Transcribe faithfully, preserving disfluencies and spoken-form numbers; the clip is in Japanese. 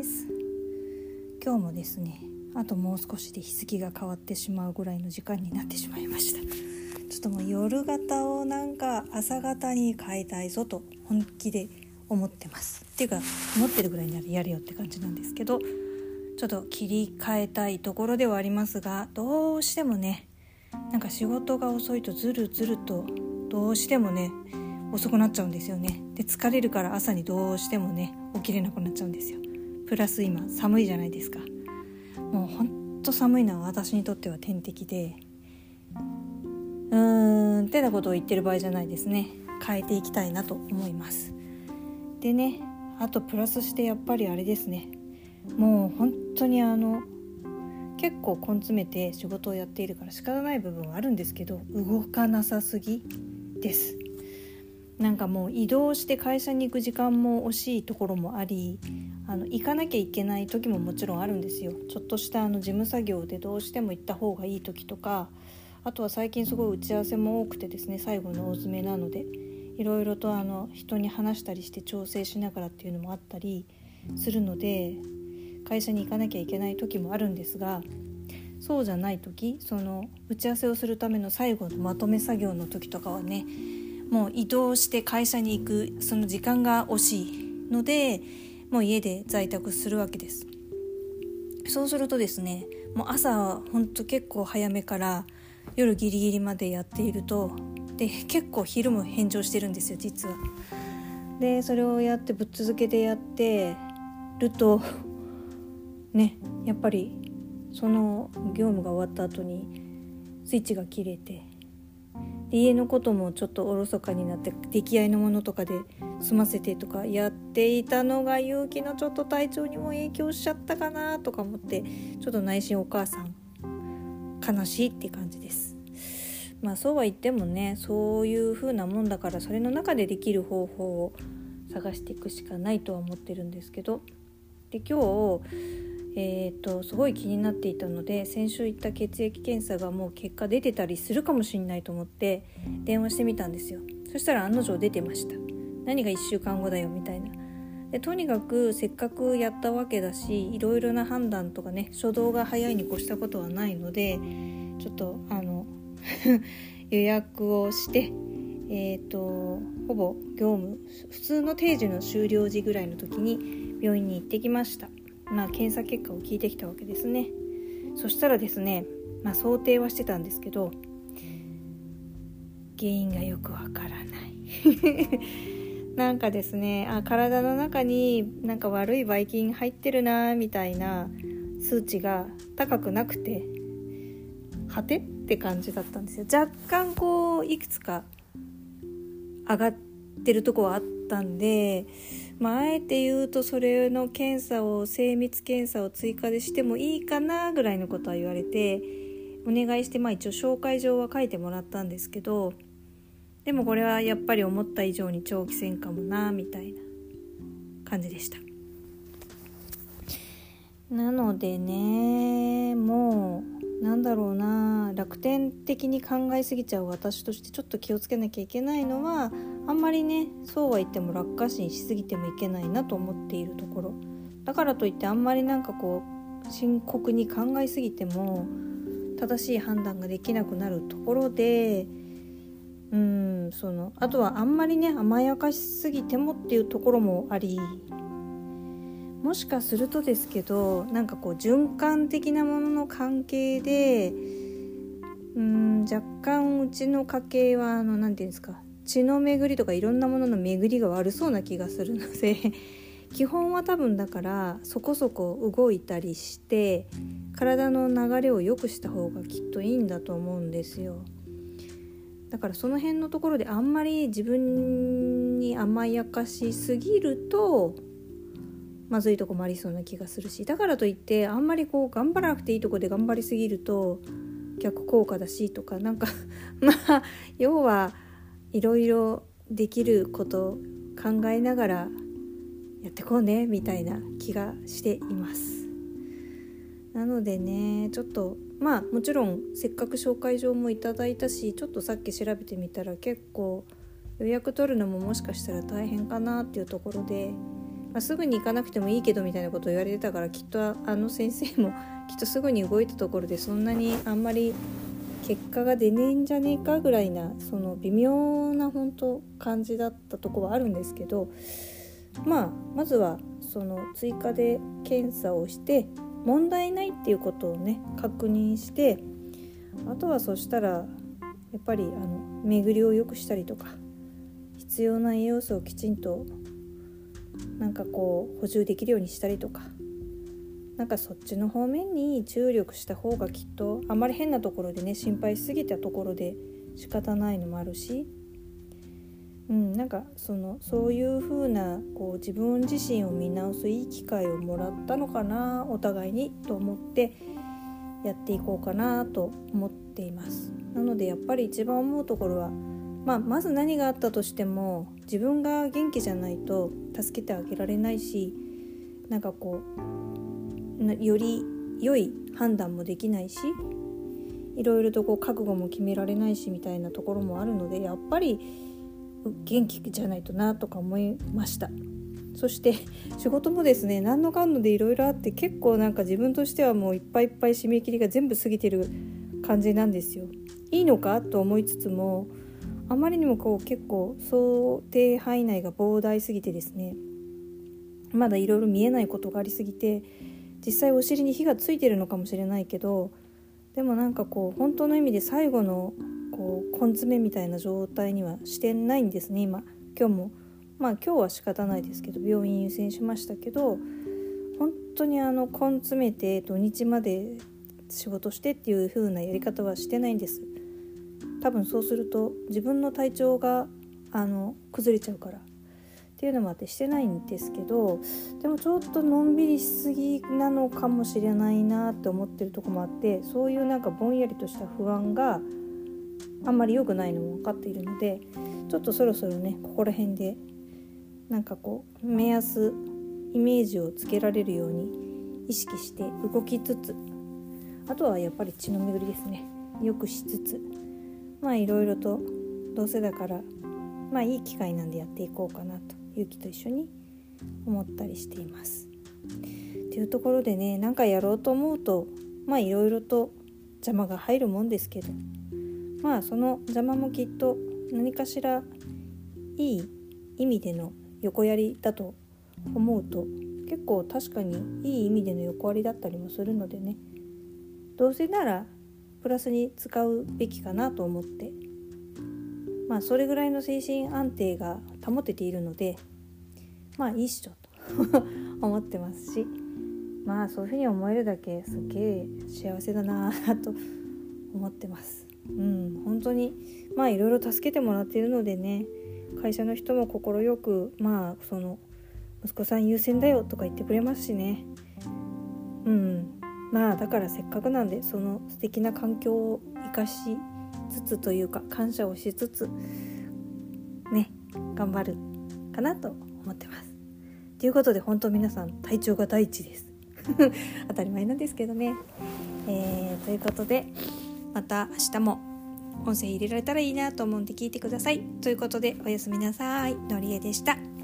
。今日もですね、あともう少しで日付が変わってしまうぐらいの時間になってしまいました。ちょっともう夜型をなんか朝型に変えたいぞと本気で思ってます。っていうか思ってるぐらいならやるよって感じなんですけど、ちょっと切り替えたいところではありますが、どうしてもね、なんか仕事が遅いとずるずるとどうしてもね遅くなっちゃうんですよね。で疲れるから朝にどうしてもね起きれなくなっちゃうんですよ。プラス今寒いじゃないですか。もうほんと寒いのは私にとっては天敵で、うーんてなことを言ってる場合じゃないですね。変えていきたいなと思います。でね、あとプラスしてやっぱりあれですね、もう本当にあの結構根詰めて仕事をやっているから仕方ない部分はあるんですけど、動かなさすぎです。なんかもう移動して会社に行く時間も惜しいところもあり、あの行かなきゃいけない時ももちろんあるんですよ。ちょっとしたあの事務作業でどうしても行った方がいい時とか、あとは最近すごい打ち合わせも多くてですね、最後の大詰めなのでいろいろとあの人に話したりして調整しながらっていうのもあったりするので、会社に行かなきゃいけない時もあるんですが、そうじゃない時、その打ち合わせをするための最後のまとめ作業の時とかはね、もう移動して会社に行くその時間が惜しいので、もう家で在宅するわけです。そうするとですね、もう朝ほんと結構早めから夜ギリギリまでやっていると、で結構昼も返上してるんですよ実は。でそれをやってぶっ続けてやってるとね、やっぱりその業務が終わった後にスイッチが切れて、で家のこともちょっとおろそかになって出来合いのものとかで済ませてとかやっていたのが、勇気のちょっと体調にも影響しちゃったかなとか思って、ちょっと内心お母さん悲しいって感じです。まあそうは言ってもね、そういう風なもんだから、それの中でできる方法を探していくしかないとは思ってるんですけど、で今日えー、とすごい気になっていたので、先週行った血液検査がもう結果出てたりするかもしれないと思って電話してみたんですよ。そしたら案の定出てました。何がいっしゅうかんごだよみたいな。でとにかくせっかくやったわけだし、いろいろな判断とかね、初動が早いに越したことはないので、ちょっとあの予約をして、えー、とほぼ業務普通の定時の終了時ぐらいの時に病院に行ってきました。まあ、検査結果を聞いてきたわけですね。そしたらですね、まあ、想定はしてたんですけど、原因がよくわからないなんかですね、あ、体の中になんか悪いばい菌入ってるなみたいな数値が高くなくて、はてって感じだったんですよ。若干こういくつか上がってるとこはあったんで、まあ、あえて言うとそれの検査を精密検査を追加でしてもいいかなぐらいのことは言われてお願いして、まあ一応紹介状は書いてもらったんですけど、でもこれはやっぱり思った以上に長期戦かもなみたいな感じでした。なのでね、もうなんだろうな、楽天的に考えすぎちゃう私としてちょっと気をつけなきゃいけないのは、あんまりねそうは言っても楽観視しすぎてもいけないなと思っているところだからといって、あんまりなんかこう深刻に考えすぎても正しい判断ができなくなるところで、うーんそのあとはあんまりね甘やかしすぎてもっていうところもあり、もしかするとですけど、なんかこう循環的なものの関係で、うーん若干うちの家系はあのなんていうんですか、血の巡りとかいろんなものの巡りが悪そうな気がするので基本は多分だからそこそこ動いたりして体の流れを良くした方がきっといいんだと思うんですよ。だからその辺のところであんまり自分に甘やかしすぎるとまずいとこもありそうな気がするし、だからといってあんまりこう頑張らなくていいとこで頑張りすぎると逆効果だしとか、なんかまあ要はいろいろできること考えながらやってこうねみたいな気がしています。なのでね、ちょっとまあもちろんせっかく紹介状もいただいたし、ちょっとさっき調べてみたら結構予約取るのももしかしたら大変かなっていうところで、 まあ、すぐに行かなくてもいいけどみたいなことを言われてたから、きっとあの先生もきっとすぐに動いたところでそんなにあんまり結果が出ねえんじゃねえかぐらいな、その微妙な本当感じだったところはあるんですけど、まあまずはその追加で検査をして問題ないっていうことをね確認して、あとはそしたらやっぱりあの巡りを良くしたりとか、必要な栄養素をきちんとなんかこう補充できるようにしたりとか、なんかそっちの方面に注力した方がきっと、あんまり変なところでね心配しすぎたところで仕方ないのもあるし、うん、なんかそのそういう風なこう自分自身を見直すいい機会をもらったのかな、お互いにと思ってやっていこうかなと思っています。なのでやっぱり一番思うところは、まあ、まず何があったとしても自分が元気じゃないと助けてあげられないし、なんかこうより良い判断もできないし、いろいろとこう覚悟も決められないしみたいなところもあるので、やっぱり元気じゃないとなとか思いました。そして仕事もですね、何のかんのでいろいろあって、結構なんか自分としてはもういっぱいいっぱい締め切りが全部過ぎてる感じなんですよ。いいのかと思いつつも、あまりにもこう結構想定範囲内が膨大すぎてですね、まだいろいろ見えないことがありすぎて、実際お尻に火がついてるのかもしれないけど、でもなんかこう本当の意味で最後のこう根詰めみたいな状態にはしてないんですね。今今日もまあ今日は仕方ないですけど病院優先しましたけど、本当にあの根詰めて土日まで仕事してっていう風なやり方はしてないんです。多分そうすると自分の体調があの崩れちゃうからっていうのもあってしてないんですけど、でもちょっとのんびりしすぎなのかもしれないなって思ってるとこもあって、そういうなんかぼんやりとした不安があんまり良くないのも分かっているので、ちょっとそろそろねここら辺でなんかこう目安イメージをつけられるように意識して動きつつ、あとはやっぱり血の巡りですね、よくしつつ、まあいろいろとどうせだからまあいい機会なんでやっていこうかなとゆうきと一緒に思ったりしています。っていうところでね、なんかやろうと思うとまあいろいろと邪魔が入るもんですけど、まあその邪魔もきっと何かしらいい意味での横やりだと思うと、結構確かにいい意味での横やりだったりもするのでね、どうせならプラスに使うべきかなと思って、まあそれぐらいの精神安定が保てているので、まあいいっしょと思ってますし、まあそういうふうに思えるだけすげえ幸せだなと思ってます。うん、本当にまあいろいろ助けてもらっているのでね、会社の人も快くまあその息子さん優先だよとか言ってくれますしね。うん、まあだからせっかくなんでその素敵な環境を生かしつつというか感謝をしつつね頑張るかなと思ってます。ということで本当皆さん体調が第一です当たり前なんですけどね、えー、ということでまた明日も音声入れられたらいいなと思うんで聞いてください。ということでおやすみなさい。のりえでした。